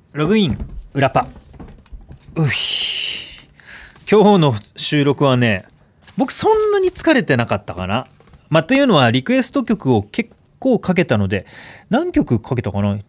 ログイン裏パうひ。今日の収録はね、僕そんなに疲れてなかったかな。というのはリクエスト曲を結構かけたので、何曲かけたかな。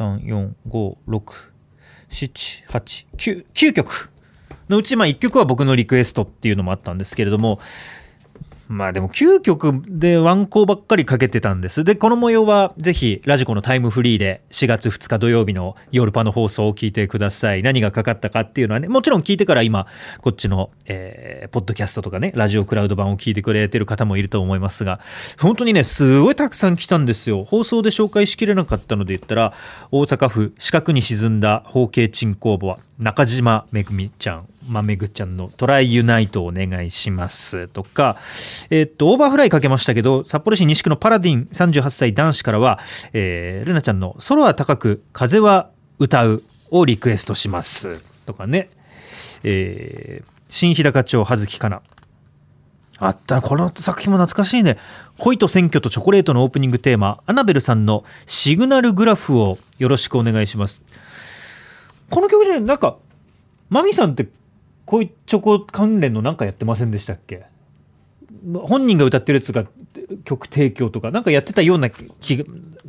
2,3,4,5,6,7,8,9 曲のうち1曲は僕のリクエストっていうのもあったんですけれども、でも9曲でワンコーばっかりかけてたんです。でこの模様はぜひラジコのタイムフリーで4月2日土曜日の夜パの放送を聞いてください。何がかかったかっていうのはね、もちろん聞いてから今こっちの、ポッドキャストとかね、ラジオクラウド版を聞いてくれてる方もいると思いますが、本当にねすごいたくさん来たんですよ。放送で紹介しきれなかったので言ったら、大阪府四角に沈んだ包茎鎮公母は中島めぐみちゃん、めぐちゃんのトライユナイトお願いしますとか、オーバーフライかけましたけど、札幌市西区のパラディン38歳男子からは、ルナちゃんの空は高く風は歌うをリクエストしますとかね、新日高町葉月かなあった。この作品も懐かしいね。恋と選挙とチョコレートのオープニングテーマ、アナベルさんのシグナルグラフをよろしくお願いします。この曲でなんかマミさんって恋チョコ関連のなんかやってませんでしたっけ？本人が歌ってるやつが曲提供とかなんかやってたような気が、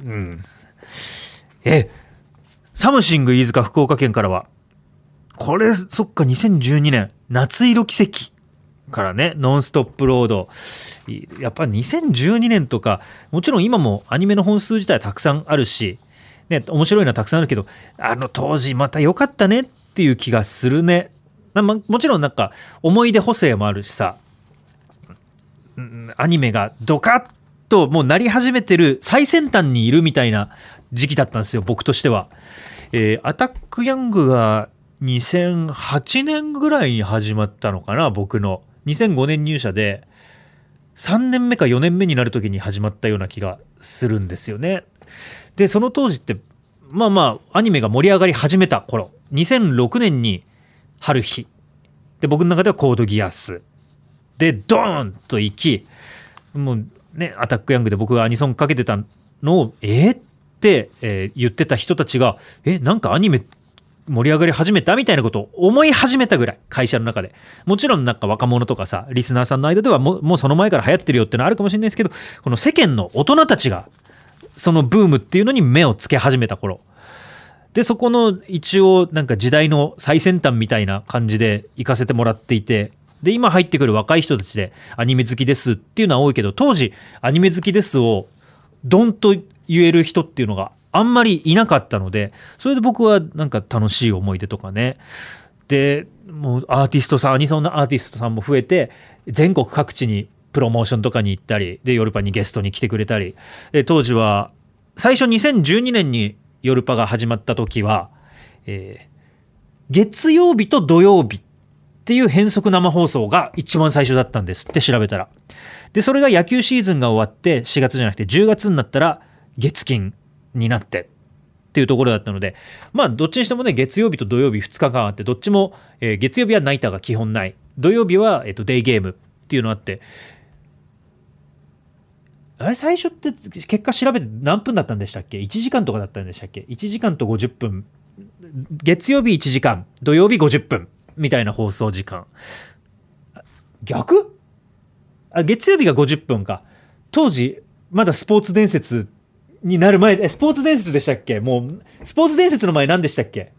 サムシング飯塚福岡県からは、これそっか、2012年夏色奇跡からね、ノンストップロード。やっぱ2012年とか、もちろん今もアニメの本数自体はたくさんあるしね、面白いのはたくさんあるけど、当時また良かったねっていう気がするね。もちろんなんか思い出補正もあるしさ、アニメがドカッともうなり始めてる最先端にいるみたいな時期だったんですよ、僕としては。アタックヤングが2008年ぐらいに始まったのかな。僕の2005年入社で3年目か4年目になる時に始まったような気がするんですよね。でその当時ってアニメが盛り上がり始めた頃、2006年に春日で、僕の中ではコードギアスでドーンと行き、もうね、アタックヤングで僕がアニソンかけてたのをって、言ってた人たちがなんかアニメ盛り上がり始めたみたいなことを思い始めたぐらい、会社の中で。もちろんなんか若者とかさ、リスナーさんの間ではもうその前から流行ってるよっていうのはあるかもしれないですけど、この世間の大人たちがそのブームっていうのに目をつけ始めた頃で、そこの一応なんか時代の最先端みたいな感じで行かせてもらっていて、で今入ってくる若い人たちでアニメ好きですっていうのは多いけど、当時アニメ好きですをドンと言える人っていうのがあんまりいなかったので、それで僕はなんか楽しい思い出とかね。でもうアーティストさん、アニソンのアーティストさんも増えて、全国各地にプロモーションとかに行ったりで、ヨルパにゲストに来てくれたりで、当時は最初2012年にヨルパが始まった時は、月曜日と土曜日っていう変則生放送が一番最初だったんですって、調べたら。でそれが野球シーズンが終わって4月じゃなくて10月になったら月金になってっていうところだったので、どっちにしてもね、月曜日と土曜日2日間あって、どっちも、月曜日はナイターが基本ない、土曜日は、デイゲームっていうのあって、最初って結果調べて何分だったんでしたっけ？ 1 時間とかだったんでしたっけ？ 1 時間と50分、月曜日1時間、土曜日50分みたいな放送時間。逆？月曜日が50分か。当時まだスポーツ伝説になる前、スポーツ伝説でしたっけ？もうスポーツ伝説の前何でしたっけ？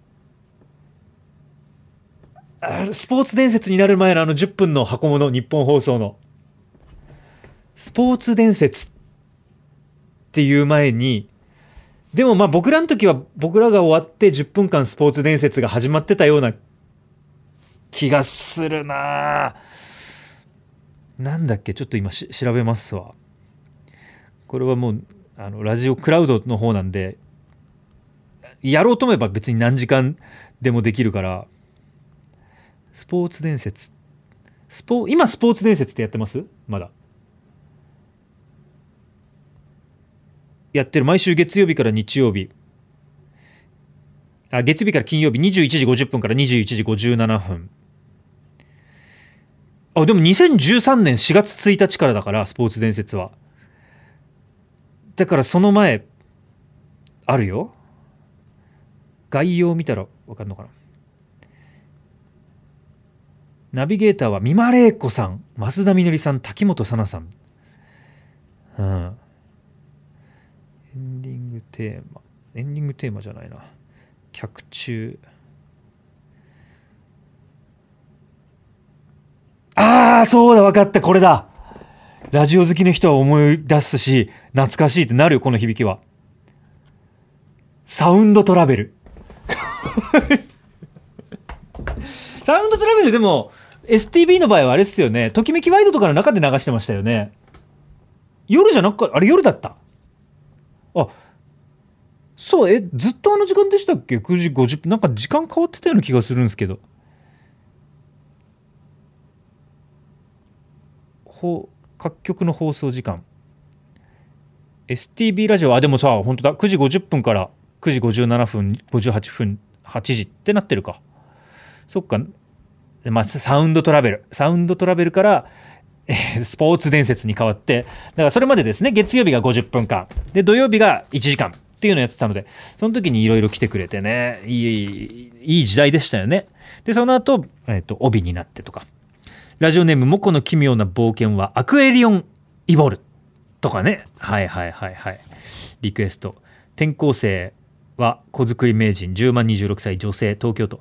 スポーツ伝説になる前の10分の箱物、日本放送のスポーツ伝説っていう前に、でも僕らの時は僕らが終わって10分間スポーツ伝説が始まってたような気がするな。なんだっけ、ちょっと今調べますわ。これはもうラジオクラウドの方なんで、やろうと思えば別に何時間でもできるから。スポーツ伝説、今スポーツ伝説ってやってます？まだやってる。毎週月曜日から日曜日、月曜日から金曜日21時50分から21時57分。でも2013年4月1日からだから、スポーツ伝説は。だからその前あるよ。 概要見たら分かるのかな。ナビゲーターは三間玲子さん、増田みのりさん、滝本紗奈さん。エンディングテーマじゃないな。脚注。そうだ、分かった、これだ。ラジオ好きの人は思い出すし、懐かしいってなるよ、この響きは。サウンドトラベル。サウンドトラベルでも STB の場合はあれですよね、ときめきワイドとかの中で流してましたよね。夜じゃなく、あれ夜だった。そう、ずっとあの時間でしたっけ。9時50分、なんか時間変わってたような気がするんですけど。各局の放送時間 STB ラジオ、でもさ、本当だ、9時50分から9時57分58分8時ってなってるか。そっか、サウンドトラベルからスポーツ伝説に変わって、だからそれまでですね、月曜日が50分間で土曜日が1時間っていうのをやってたので、その時にいろいろ来てくれてね、いい時代でしたよね。でその後、帯になってとか、ラジオネームモコの奇妙な冒険はアクエリオンイボルとかね。リクエスト。転校生は子作り名人、10万26歳女性、東京都。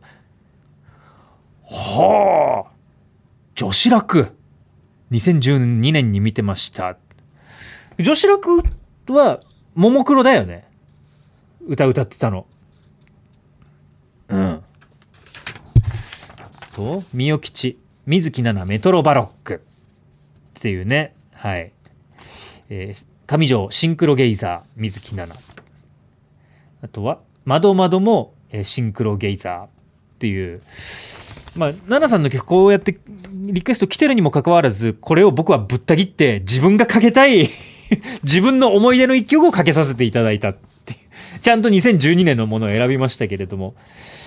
女子楽2012年に見てました。女子楽はももクロだよね、歌ってたの。とみよ吉、水木奈々、メトロバロックっていうね。上条シンクロゲイザー、水木奈々。あとは窓窓もシンクロゲイザーっていう、奈々さんの曲こうやってリクエスト来てるにもかかわらず、これを僕はぶった切って自分がかけたい自分の思い出の一曲をかけさせていただいたっていう、ちゃんと2012年のものを選びましたけれども、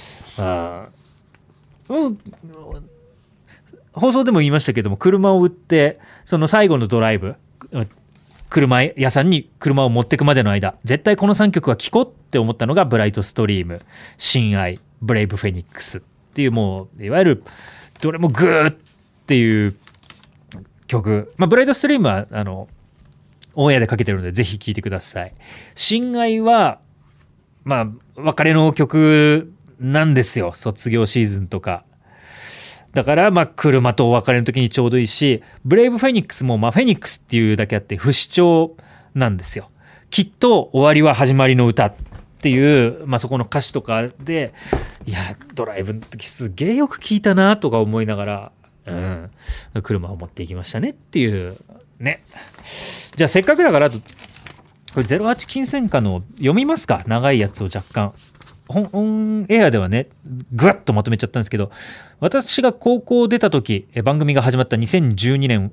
放送でも言いましたけども、車を売ってその最後のドライブ、車屋さんに車を持ってくまでの間、絶対この3曲は聴こうって思ったのがブライトストリーム、親愛、ブレイブフェニックスっていう、もういわゆるどれもグーっていう曲。ブライトストリームはオンエアでかけてるのでぜひ聴いてください。親愛は別れの曲なんですよ、卒業シーズンとかだから、車とお別れの時にちょうどいいし、ブレイブフェニックスもフェニックスっていうだけあって不死鳥なんですよ。きっと終わりは始まりの歌っていう、そこの歌詞とかで、いやドライブの時すげえよく聞いたなとか思いながら、車を持っていきましたねっていうね。じゃあせっかくだから、これ08金銭花の読みますか。長いやつを若干オンエアではねぐわっとまとめちゃったんですけど、私が高校出た時、番組が始まった2012年、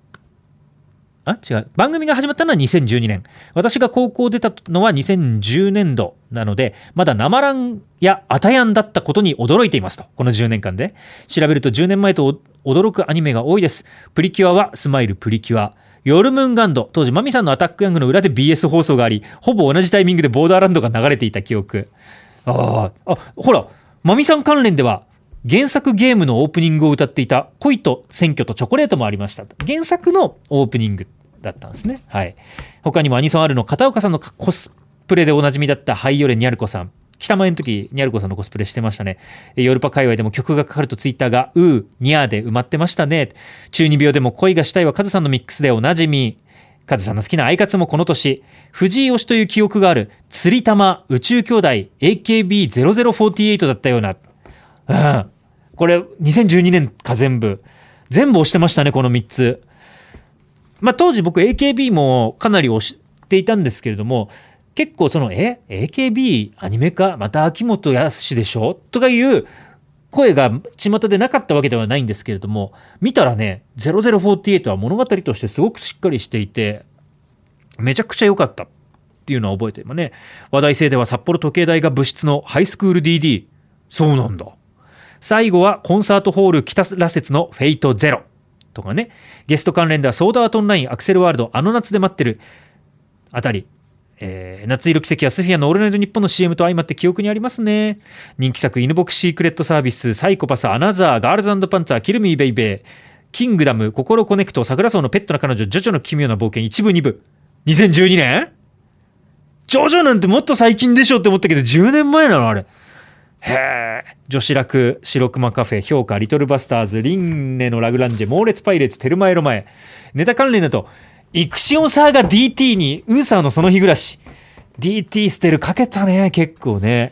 番組が始まったのは2012年、私が高校出たのは2010年度なので、まだ生ランやアタヤンだったことに驚いていますと。この10年間で調べると10年前と驚くアニメが多いです。プリキュアはスマイルプリキュア、ヨルムンガンド、当時マミさんのアタックヤングの裏で BS 放送があり、ほぼ同じタイミングでボーダーランドが流れていた記憶。ほら、マミさん関連では原作ゲームのオープニングを歌っていた恋と選挙とチョコレートもありました。原作のオープニングだったんですね。他にもアニソンあるの片岡さんのコスプレでおなじみだったハイヨレニャルコさん、北前の時ニャルコさんのコスプレしてましたね。ヨルパ界隈でも曲がかかるとツイッターがニャーで埋まってましたね。中二病でも恋がしたいはカズさんのミックスでおなじみ。カズさんの好きなアイカツもこの年、藤井推しという記憶がある釣り玉宇宙兄弟 AKB0048 だったような、これ2012年か、全部推してましたね、この3つ。当時僕 AKB もかなり推していたんですけれども、結構AKB アニメ化また秋元康でしょとかいう声が巷でなかったわけではないんですけれども、見たらね、0048は物語としてすごくしっかりしていて、めちゃくちゃ良かったっていうのは覚えてるね。話題性では札幌時計大が部室のハイスクール DD。そうなんだ。最後はコンサートホール北羅刹のフェイトゼロとかね。ゲスト関連ではソードアートオンライン、アクセルワールド、あの夏で待ってるあたり。 夏色奇跡はスフィアのオールナイトニッポンの CM と相まって記憶にありますね。人気作犬ボクシークレットサービス、サイコパス、アナザー、ガールズ&パンツァー、キルミーベイベー、キングダム、心コネクト、桜草のペットな彼女、ジョジョの奇妙な冒険1部2部。2012年？ジョジョなんてもっと最近でしょって思ったけど10年前なのあれ。へえ。女子楽、白熊カフェ、評価、リトルバスターズ、リンネのラグランジェ、猛烈パイレーツ、テルマエロマエ。ネタ関連だとイクシオンサーガ DT にウーサーのその日暮らし。 DT 捨てるかけたね結構ね。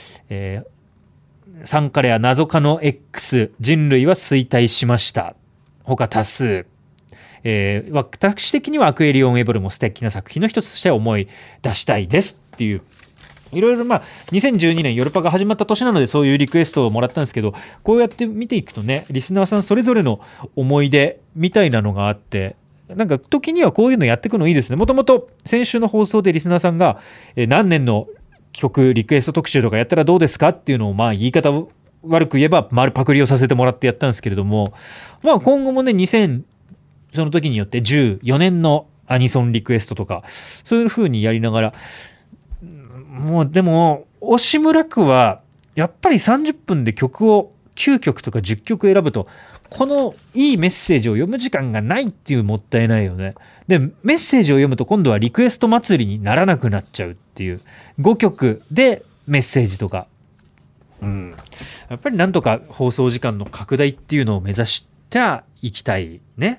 サンカレア謎化の X、 人類は衰退しました他多数。私的にはアクエリオンエボルも素敵な作品の一つとして思い出したいですっていう、いろいろ2012年ヨルパが始まった年なのでそういうリクエストをもらったんですけど、こうやって見ていくとね、リスナーさんそれぞれの思い出みたいなのがあって、なんか時にはこういうのやっていくのいいですね。もともと先週の放送でリスナーさんが何年の曲リクエスト特集とかやったらどうですかっていうのを言い方を悪く言えば丸パクリをさせてもらってやったんですけれども、今後もねその時によって14年のアニソンリクエストとかそういう風にやりながら、でも押村区はやっぱり30分で曲を9曲とか10曲選ぶとこのいいメッセージを読む時間がないっていうもったいないよね。でメッセージを読むと今度はリクエスト祭りにならなくなっちゃうっていう、5曲でメッセージとか、やっぱりなんとか放送時間の拡大っていうのを目指していきたいね。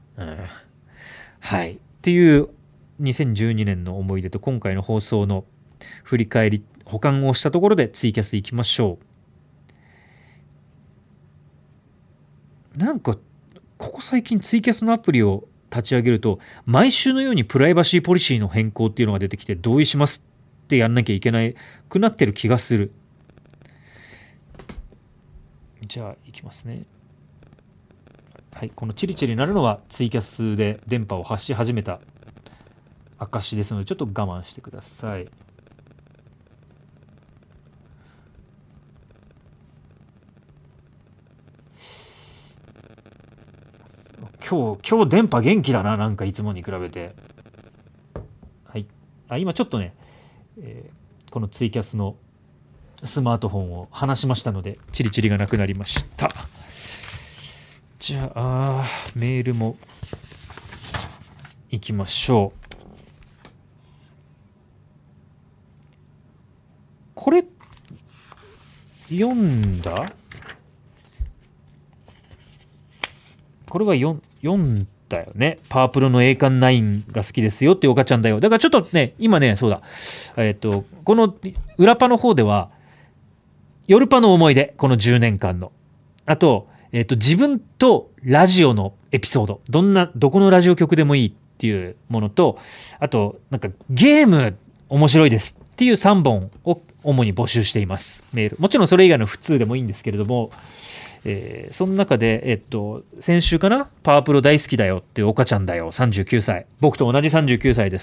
はいっていう2012年の思い出と今回の放送の振り返り保管をしたところでツイキャスいきましょう。なんかここ最近ツイキャスのアプリを立ち上げると毎週のようにプライバシーポリシーの変更っていうのが出てきて、同意しますってやんなきゃいけなくなってる気がする。じゃあいきますね。はい、このチリチリ鳴るのはツイキャスで電波を発し始めた証ですのでちょっと我慢してください。今日電波元気だな、なんかいつもに比べて。はい、今ちょっとね、このツイキャスのスマートフォンを離しましたのでチリチリがなくなりました。じゃあメールもいきましょう。これ読んだ？これは読んだよね。パワープロの栄冠9が好きですよっておかちゃんだよ。だからちょっとね今ねそうだこの裏パの方では夜パの思い出、この10年間の、あと自分とラジオのエピソード、どこのラジオ局でもいいっていうものと、あとなんかゲーム面白いですっていう3本を主に募集しています。メールもちろんそれ以外の普通でもいいんですけれども、その中で先週かな、パワープロ大好きだよっていう岡ちゃんだよ39歳、僕と同じ39歳です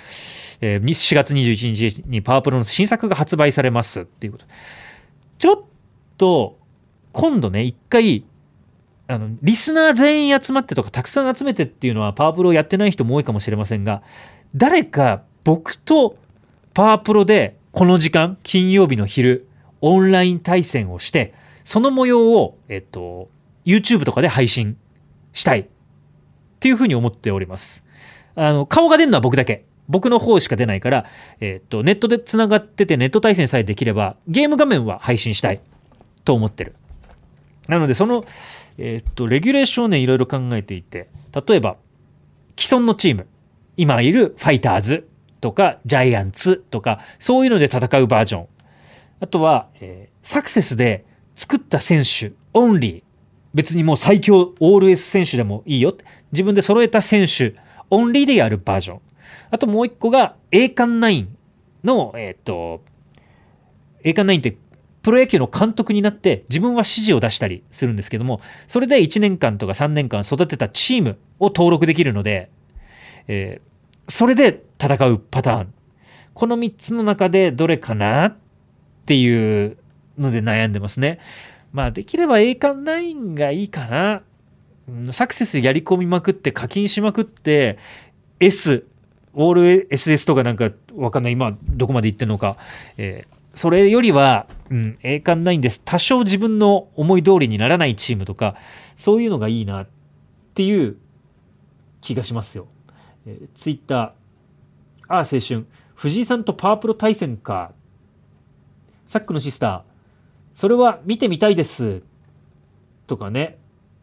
。4月21日にパワープロの新作が発売されますっていうこと。ちょっと今度ね一回リスナー全員集まってとかたくさん集めてっていうのはパワープロやってない人も多いかもしれませんが、誰か僕とパワープロでこの時間金曜日の昼オンライン対戦をしてその模様を、YouTube とかで配信したいっていうふうに思っております。顔が出るのは僕だけ、僕の方しか出ないから、ネットでつながっててネット対戦さえできればゲーム画面は配信したいと思ってる。なのでそのレギュレーションをねいろいろ考えていて、例えば既存のチーム、今いるファイターズとかジャイアンツとかそういうので戦うバージョン、あとは、サクセスで作った選手オンリー、別にもう最強オール S 選手でもいいよって自分で揃えた選手オンリーでやるバージョン、あともう一個が栄冠9の栄冠9ってプロ野球の監督になって自分は指示を出したりするんですけども、それで1年間とか3年間育てたチームを登録できるので、それで戦うパターン、この3つの中でどれかなっていうので悩んでますね。できれば栄冠9がいいかな。サクセスやり込みまくって課金しまくって S オール SS とかなんかわかんない、今どこまで行ってるのか、それよりは、栄冠ないんです。多少自分の思い通りにならないチームとか、そういうのがいいなっていう気がしますよ。ツイッター、青春、藤井さんとパワープロ対戦か。サックのシスター、それは見てみたいです。とかね。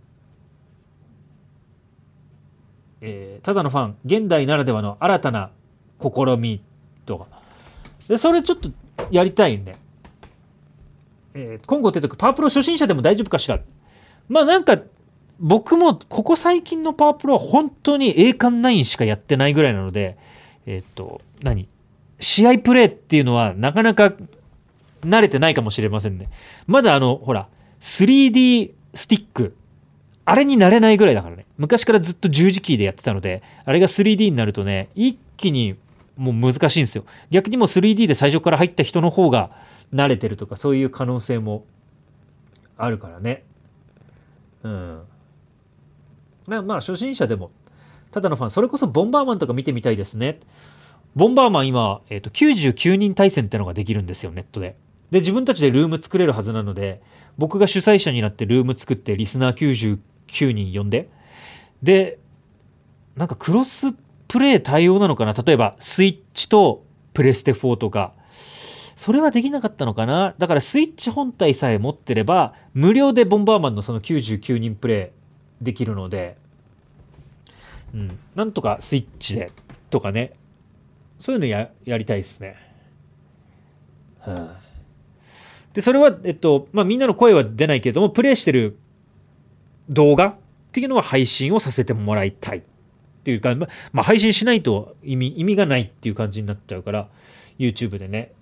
ただのファン、現代ならではの新たな試みとか。で、それちょっとやりたいね。今後出てくるパワープロ初心者でも大丈夫かしら。まあなんか、僕もここ最近のパワープロは本当に栄冠9しかやってないぐらいなので、試合プレーっていうのはなかなか慣れてないかもしれませんね。まだほら、3D スティック、あれになれないぐらいだからね。昔からずっと十字キーでやってたので、あれが 3D になるとね、一気にもう難しいんですよ。逆にもう 3D で最初から入った人の方が慣れてるとか、そういう可能性もあるからね。まあ初心者でも、ただのファン、それこそボンバーマンとか見てみたいですね。ボンバーマン今、99人対戦ってのができるんですよ、ネットで。で、自分たちでルーム作れるはずなので、僕が主催者になってルーム作ってリスナー99人呼んで、で、なんかクロスプレイ対応なのかな。例えばスイッチとプレステ4とか、それはできなかったのかな。だからスイッチ本体さえ持ってれば無料でボンバーマンのその99人プレイできるので、なんとかスイッチでとかね、そういうのやりたいですね。でそれはみんなの声は出ないけれども、プレイしてる動画っていうのは配信をさせてもらいたいっていうか、配信しないと意味がないっていう感じになっちゃうから、 YouTube でね。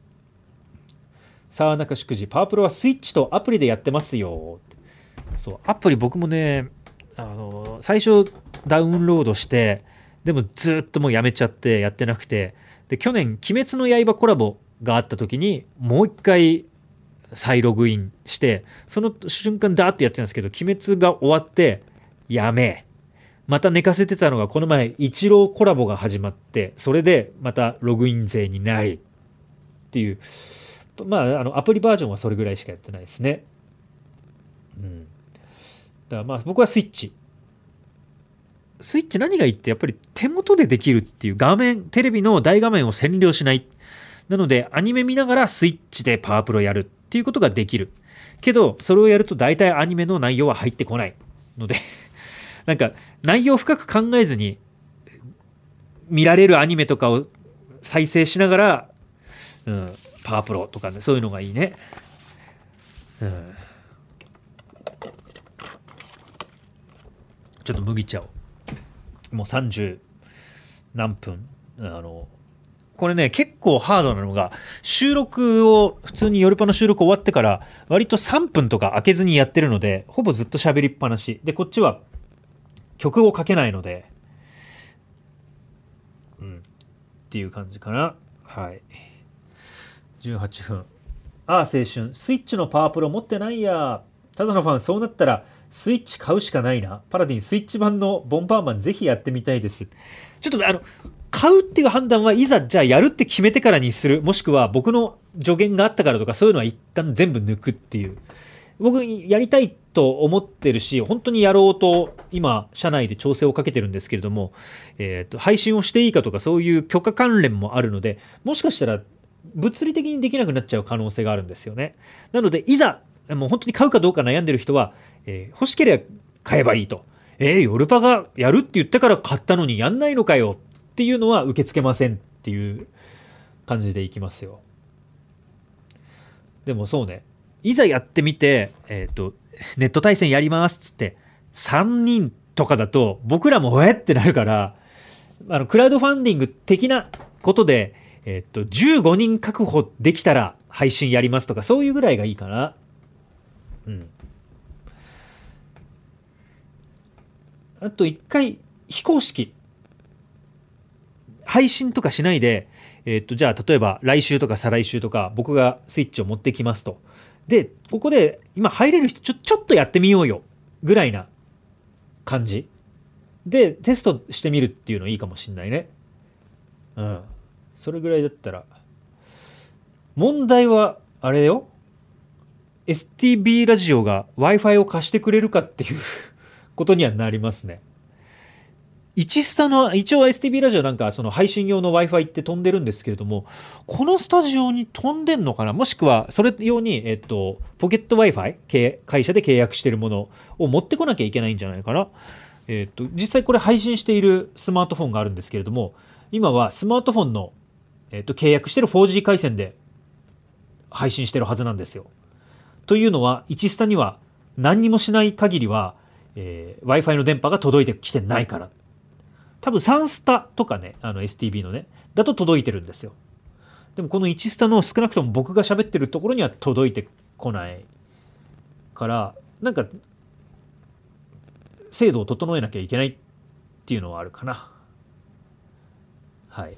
さあ中祝辞、パワープロはスイッチとアプリでやってますよ。そう、アプリ僕もね、最初ダウンロードして、でもずっともうやめちゃってやってなくて、で去年鬼滅の刃コラボがあった時にもう一回再ログインして、その瞬間ダーッとやってたんですけど、鬼滅が終わってやめ、また寝かせてたのがこの前イチローコラボが始まって、それでまたログイン勢になりっていう、アプリバージョンはそれぐらいしかやってないですね。だから僕はスイッチ何がいいって、やっぱり手元でできるっていう、画面、テレビの大画面を占領しない。なのでアニメ見ながらスイッチでパワープロやるっていうことができるけど、それをやると大体アニメの内容は入ってこないのでなんか内容深く考えずに見られるアニメとかを再生しながら、パワープロとかね、そういうのがいいね。ちょっと麦茶を、もう30何分、これね結構ハードなのが、収録を普通に夜パの収録終わってから割と3分とか空けずにやってるので、ほぼずっと喋りっぱなしで、こっちは曲をかけないので、っていう感じかな。はい、18分。青春、スイッチのパワープロ持ってないや。ただのファン、そうなったらスイッチ買うしかないな。パラディンスイッチ版のボンバーマンぜひやってみたいです。ちょっと買うっていう判断はいざじゃあやるって決めてからにする、もしくは僕の助言があったからとか、そういうのは一旦全部抜くっていう。僕やりたいと思ってるし、本当にやろうと今社内で調整をかけてるんですけれども、配信をしていいかとかそういう許可関連もあるので、もしかしたら物理的にできなくなっちゃう可能性があるんですよね。なのでいざもう本当に買うかどうか悩んでる人は、欲しければ買えばいいと。ヨルパがやるって言ったから買ったのにやんないのかよっていうのは受け付けませんっていう感じでいきますよ。でもそうね、いざやってみて、ネット対戦やりますっつって3人とかだと僕らもってなるから、クラウドファンディング的なことで、15人確保できたら配信やりますとか、そういうぐらいがいいかな。あと1回非公式配信とかしないで、じゃあ例えば来週とか再来週とか僕がスイッチを持ってきますと。でここで今入れる人ちょっとやってみようよぐらいな感じでテストしてみるっていうのいいかもしんないね。 うん、それぐらいだったら。問題はあれよ、 STB ラジオが Wi-Fi を貸してくれるかっていうことにはなりますね。1スタの一応 STB ラジオなんかその配信用の Wi-Fi って飛んでるんですけれども、このスタジオに飛んでんのかな、もしくはそれ用に、ポケット Wi-Fi 会社で契約しているものを持ってこなきゃいけないんじゃないかな。実際これ配信しているスマートフォンがあるんですけれども、今はスマートフォンの、契約している 4G 回線で配信してるはずなんですよ。というのは1スタには何にもしない限りは、Wi-Fi の電波が届いてきてないから。多分3スタとかね、STB のねだと届いてるんですよ。でもこの1スタの少なくとも僕が喋ってるところには届いてこないから、なんか精度を整えなきゃいけないっていうのはあるかな。はい。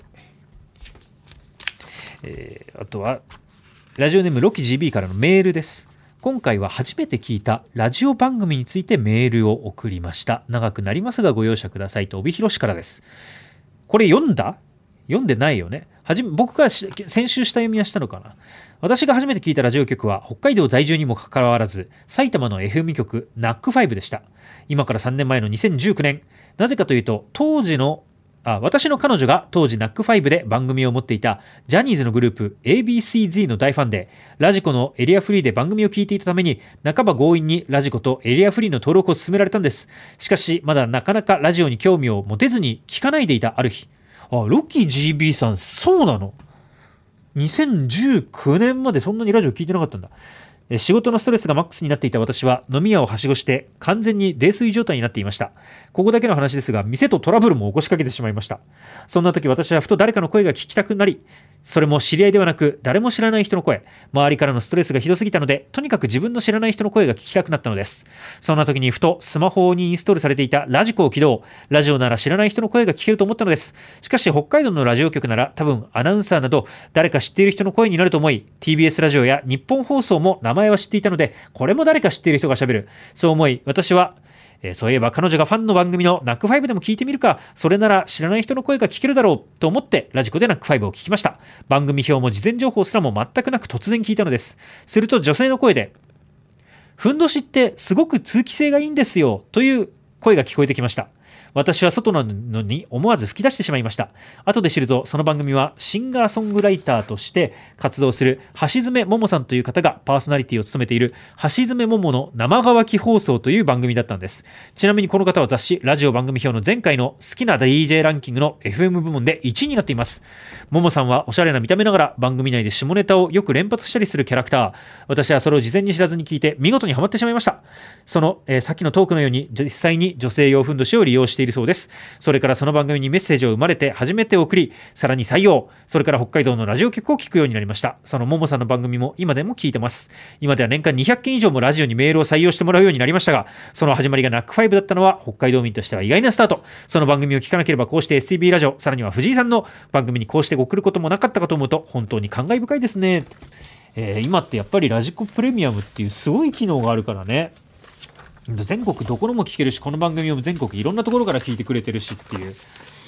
あとはラジオネームロキ GB からのメールです。今回は初めて聞いたラジオ番組についてメールを送りました。長くなりますがご容赦くださいと、帯広市からです。これ読んでないよね。僕が先週下読みはしたのかな。私が初めて聞いたラジオ局は北海道在住にもかかわらず埼玉の FM 局 NAC5 でした。今から3年前の2019年、なぜかというと私の彼女が当時 NAC5 で番組を持っていたジャニーズのグループ ABCZ の大ファンで、ラジコのエリアフリーで番組を聞いていたために半ば強引にラジコとエリアフリーの登録を勧められたんです。しかしまだなかなかラジオに興味を持てずに聞かないでいたある日、ロッキー GB さん、そうなの、2019年までそんなにラジオ聞いてなかったんだ。仕事のストレスがマックスになっていた私は飲み屋をはしごして完全に泥酔状態になっていました。ここだけの話ですが、店とトラブルも起こしかけてしまいました。そんな時私はふと誰かの声が聞きたくなり、それも知り合いではなく誰も知らない人の声、周りからのストレスがひどすぎたので、とにかく自分の知らない人の声が聞きたくなったのです。そんな時にふとスマホにインストールされていたラジコを起動。ラジオなら知らない人の声が聞けると思ったのです。しかし北海道のラジオ局なら多分アナウンサーなど誰か知っている人の声になると思い、 TBS ラジオや日本放送も名前は知っていたので、これも誰か知っている人がしゃべる、そう思い私はそういえば彼女がファンの番組の NAC5 でも聞いてみるか、それなら知らない人の声が聞けるだろうと思ってラジコで NAC5 を聞きました。番組表も事前情報すらも全くなく突然聞いたのです。すると女性の声で、ふんどしってすごく通気性がいいんですよという声が聞こえてきました。私は外なのに思わず吹き出してしまいました。後で知るとその番組はシンガーソングライターとして活動する橋爪桃さんという方がパーソナリティを務めている橋爪桃の生乾き放送という番組だったんです。ちなみにこの方は雑誌ラジオ番組表の前回の好きな DJ ランキングの FM 部門で1位になっています。桃さんはおしゃれな見た目ながら番組内で下ネタをよく連発したりするキャラクター。私はそれを事前に知らずに聞いて見事にハマってしまいました。その、さっきのトークのように実際に女性用ふんどしを利用しているそうです。それからその番組にメッセージを生まれて初めて送り、さらに採用、それから北海道のラジオ局を聞くようになりました。そのももさんの番組も今でも聞いてます。今では年間200件以上もラジオにメールを採用してもらうようになりましたが、その始まりが NAC5 だったのは北海道民としては意外なスタート。その番組を聞かなければこうして STB ラジオ、さらには藤井さんの番組にこうして送ることもなかったかと思うと本当に感慨深いですね。今ってやっぱりラジコプレミアムっていうすごい機能があるからね、全国どこのも聞けるし、この番組を全国いろんなところから聞いてくれてるしっていう、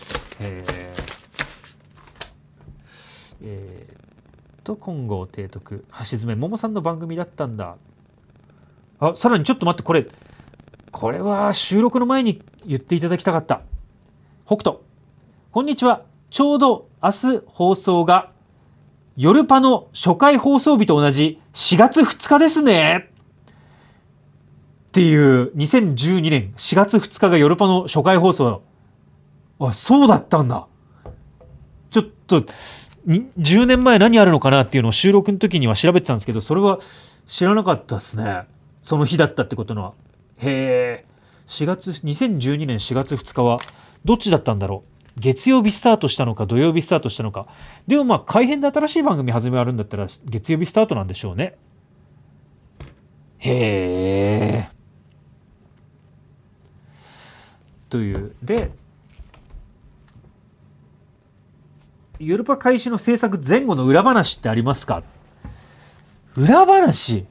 金剛提督橋爪桃さんの番組だったんだ。さらにちょっと待って、これは収録の前に言っていただきたかった。北斗、こんにちは。ちょうど明日放送が夜パの初回放送日と同じ4月2日ですねっていう、2012年4月2日が夜パの初回放送。そうだったんだ。ちょっと10年前何あるのかなっていうのを収録の時には調べてたんですけど、それは知らなかったですね。その日だったってことのは。2012年4月2日はどっちだったんだろう。月曜日スタートしたのか土曜日スタートしたのか。でも改編で新しい番組始めあるんだったら月曜日スタートなんでしょうね。というで、ゆるパ開始の制作前後の裏話ってありますか？裏話、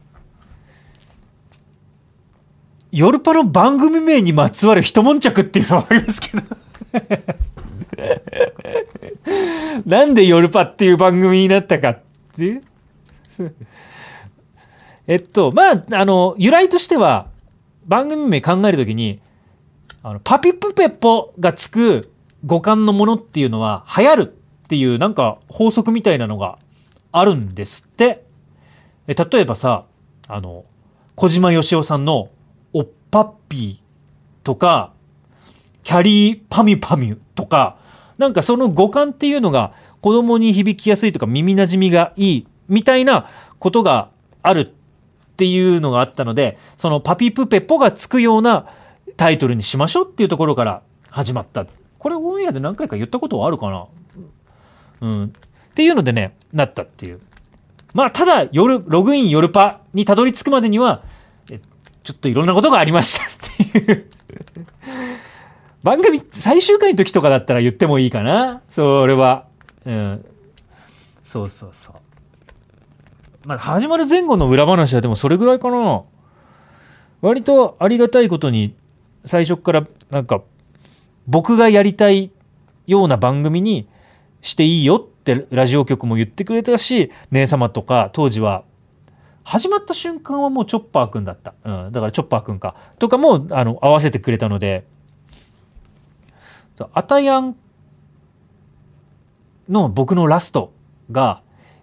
ヨルパの番組名にまつわる一悶着っていうのはありますけどなんで夜パっていう番組になったかっていうまあ由来としては番組名考えるときにパピプペポがつく語感のものっていうのは流行るっていうなんか法則みたいなのがあるんですって。例えばさ小島よしおさんのおっぱっぴーとかキャリーパミュパミュとかなんかその語感っていうのが子供に響きやすいとか耳なじみがいいみたいなことがあるっていうのがあったのでそのパピプペポがつくようなタイトルにしましょうっていうところから始まった。これオンエアで何回か言ったことはあるかな、っていうのでねなったっていう。まあただログイン夜パにたどり着くまでにはちょっといろんなことがありましたっていう番組最終回の時とかだったら言ってもいいかなそれは。そうそうそう。まあ始まる前後の裏話はでもそれぐらいかな。割とありがたいことに最初からなんか僕がやりたいような番組にしていいよってラジオ局も言ってくれたし姉様とか当時は始まった瞬間はもうチョッパーくんだった、だからチョッパーくんかとかも合わせてくれたのでアタヤンの僕のラストが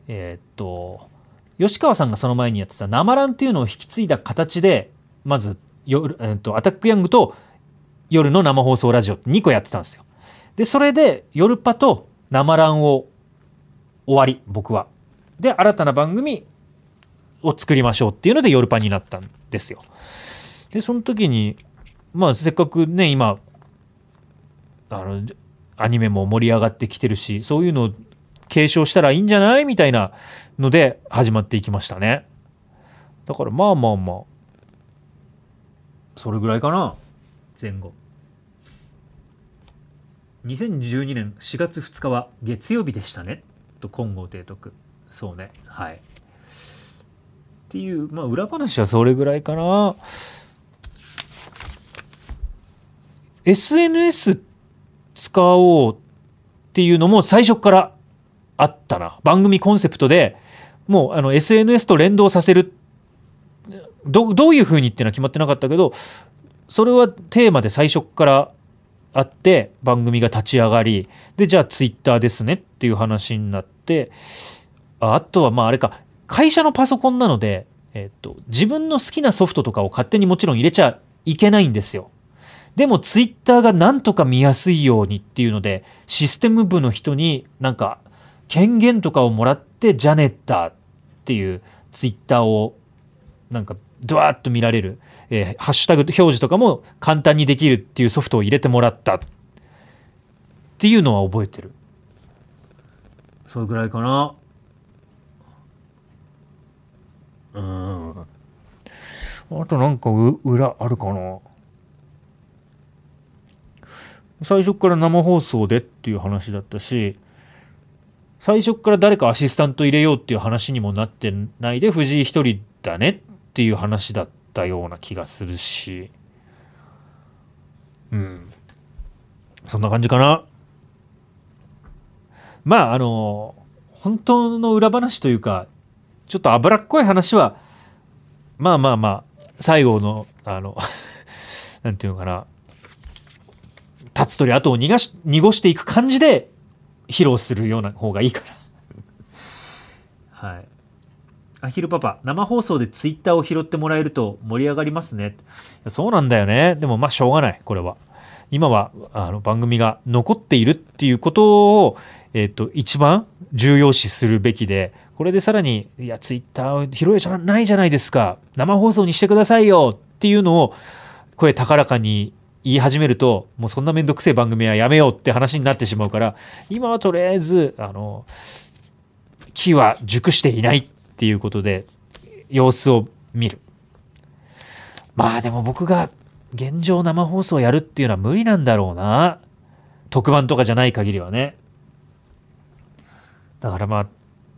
吉川さんがその前にやってた生ランっていうのを引き継いだ形でまずアタックヤングと夜の生放送ラジオ2個やってたんですよ。でそれで夜パと生ランを終わり僕はで新たな番組を作りましょうっていうので夜パになったんですよ。でその時にまあせっかくね今アニメも盛り上がってきてるしそういうのを継承したらいいんじゃないみたいなので始まっていきましたね。だからまあそれぐらいかな。前後2012年4月2日は月曜日でしたねと金剛提督。そうねはいっていうまあ裏話はそれぐらいかな。 SNS 使おうっていうのも最初からあったな。番組コンセプトでもうSNS と連動させるどういう風にっていうのは決まってなかったけどそれはテーマで最初からあって番組が立ち上がりでじゃあツイッターですねっていう話になってあとはまああれか会社のパソコンなので、自分の好きなソフトとかを勝手にもちろん入れちゃいけないんですよ。でもツイッターがなんとか見やすいようにっていうのでシステム部の人になんか権限とかをもらってジャネッターっていうツイッターをなんかドワーッと見られる、ハッシュタグ表示とかも簡単にできるっていうソフトを入れてもらったっていうのは覚えてる。それぐらいかな。あとなんか裏あるかな。最初から生放送でっていう話だったし最初から誰かアシスタント入れようっていう話にもなってないで藤井一人だねっていう話だったような気がするしそんな感じかな。まあ本当の裏話というかちょっと脂っこい話はまあ最後のなんていうのかな立つ鳥後を濁していく感じで披露するような方がいいからはい。アヒルパパ生放送でツイッターを拾ってもらえると盛り上がりますね。そうなんだよね。でもまあしょうがないこれは今は番組が残っているっていうことを、一番重要視するべきでこれでさらにいやツイッターを拾えじゃないじゃないですか生放送にしてくださいよっていうのを声高らかに言い始めるともうそんなめんどくせえ番組はやめようって話になってしまうから今はとりあえず木は熟していないっていうことで様子を見る。まあでも僕が現状生放送やるっていうのは無理なんだろうな特番とかじゃない限りはね。だからまあ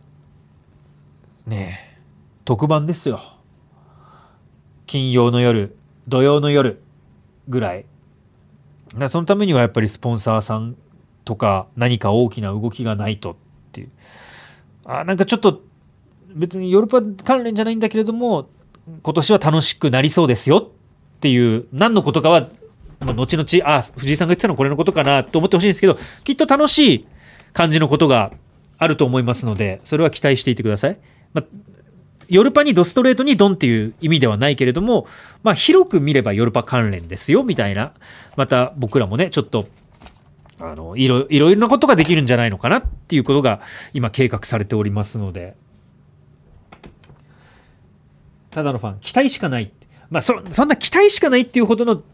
ねえ特番ですよ。金曜の夜土曜の夜ぐらい。そのためにはやっぱりスポンサーさんとか何か大きな動きがないとっていう、なんかちょっと別にヨーロッパ関連じゃないんだけれども今年は楽しくなりそうですよっていう、何のことかは、後々藤井さんが言ってたのこれのことかなと思ってほしいんですけど、きっと楽しい感じのことがあると思いますので、それは期待していてください。ヨーロッパにドストレートにドンっていう意味ではないけれども、広く見ればヨーロッパ関連ですよみたいな、また僕らもねちょっといろいろなことができるんじゃないのかなっていうことが今計画されておりますので、ただのファン期待しかない、そんな期待しかないっていうほどの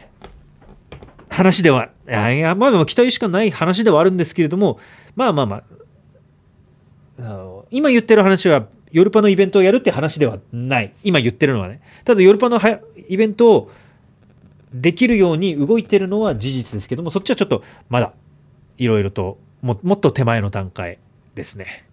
話では、でも期待しかない話ではあるんですけれども、今言ってる話はヨーロッパのイベントをやるって話ではない。今言ってるのはね。ただヨーロッパのイベントをできるように動いてるのは事実ですけども、そっちはちょっとまだいろいろともっと手前の段階ですね。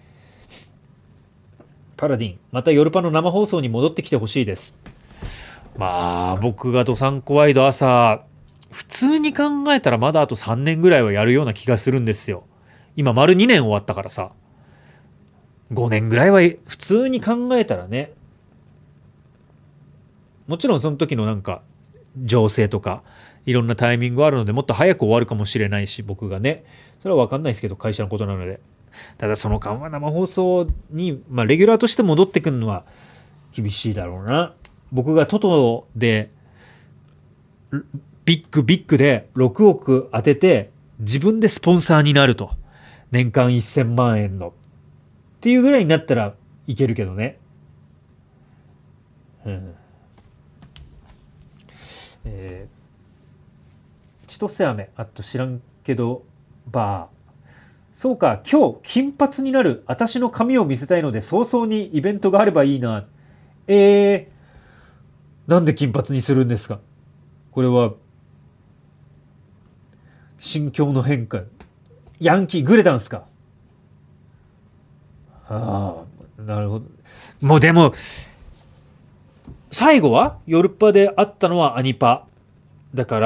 パラディン、またヨーロッパの生放送に戻ってきてほしいです。僕がどさんこワイド朝普通に考えたらまだあと3年ぐらいはやるような気がするんですよ。今丸2年終わったからさ、5年ぐらいは普通に考えたらね、もちろんその時のなんか情勢とかいろんなタイミングがあるのでもっと早く終わるかもしれないし、僕がねそれは分かんないですけど会社のことなので、ただその間は生放送に、レギュラーとして戻ってくるのは厳しいだろうな。僕がトトでビッグで6億当てて自分でスポンサーになると、年間1000万円のっていうぐらいになったらいけるけどね。千歳飴知らんけどバー、そうか今日金髪になる私の髪を見せたいので早々にイベントがあればいいな。なんで金髪にするんですか。これは心境の変化、ヤンキーグレたんすか。なるほど。もうでも最後はヨーロッパであったのはアニパだから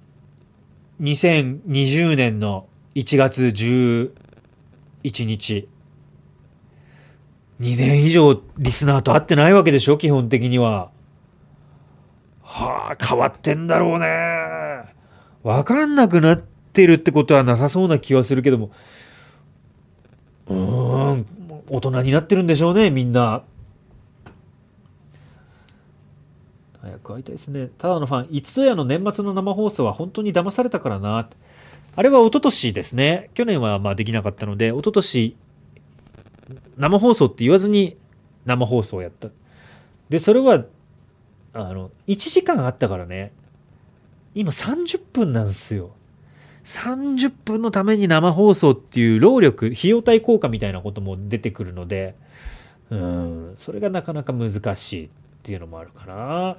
、2020年の1月11日、2年以上リスナーと会ってないわけでしょ基本的には。変わってんだろうね。分かんなくなってるってことはなさそうな気はするけども、大人になってるんでしょうねみんな。早く会いたいですね。ただのファン、いつぞやの年末の生放送は本当に騙されたからな。あれは一昨年ですね。去年はできなかったので、一昨年生放送って言わずに生放送をやった。でそれは1時間あったからね。今30分なんですよ。30分のために生放送っていう労力、費用対効果みたいなことも出てくるので、それがなかなか難しいっていうのもあるかな。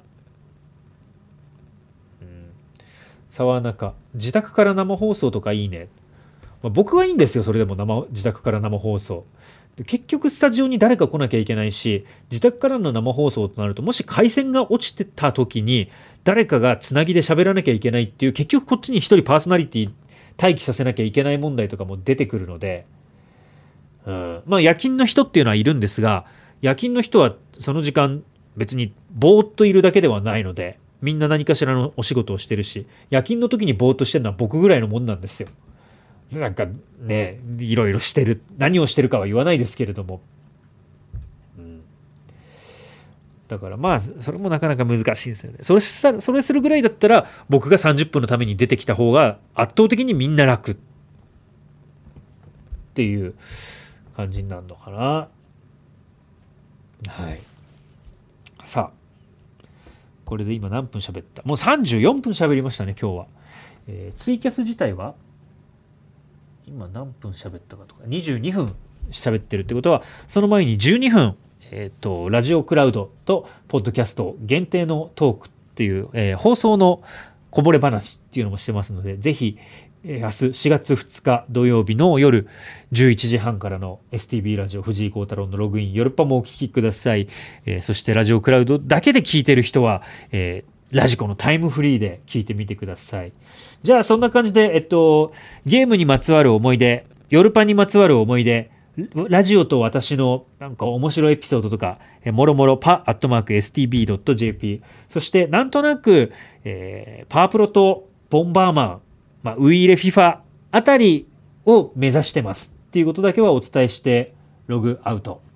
沢中、自宅から生放送とかいいね。僕はいいんですよ。それでも自宅から生放送。結局スタジオに誰か来なきゃいけないし、自宅からの生放送となると、もし回線が落ちてた時に誰かがつなぎで喋らなきゃいけないっていう、結局こっちに一人パーソナリティ待機させなきゃいけない問題とかも出てくるので、夜勤の人っていうのはいるんですが、夜勤の人はその時間別にぼーっといるだけではないので、みんな何かしらのお仕事をしてるし、夜勤の時にぼーっとしてるのは僕ぐらいのもんなんですよ。なんかね、いろいろしてる、何をしてるかは言わないですけれども、だからそれもなかなか難しいんですよね。それするぐらいだったら僕が30分のために出てきた方が圧倒的にみんな楽っていう感じになるのかな。はい。さあこれで今何分喋った？もう34分喋りましたね今日は。ツイキャス自体は今何分喋ったかとか、22分喋ってるってことは、その前に12分、ラジオクラウドとポッドキャスト限定のトークっていう、放送のこぼれ話っていうのもしてますので、ぜひ、明日4月2日土曜日の夜11時半からの STB ラジオ藤井幸太郎のログインヨーロッパもお聞きください。そしてラジオクラウドだけで聞いてる人は、 ラジコのタイムフリーで聞いてみてください。じゃあそんな感じで、ゲームにまつわる思い出、夜パンにまつわる思い出、ラジオと私のなんか面白いエピソードとか、もろもろpa@stb.jp、 そしてなんとなく、パワープロとボンバーマン、ウイイレ FIFA あたりを目指してますっていうことだけはお伝えしてログアウト。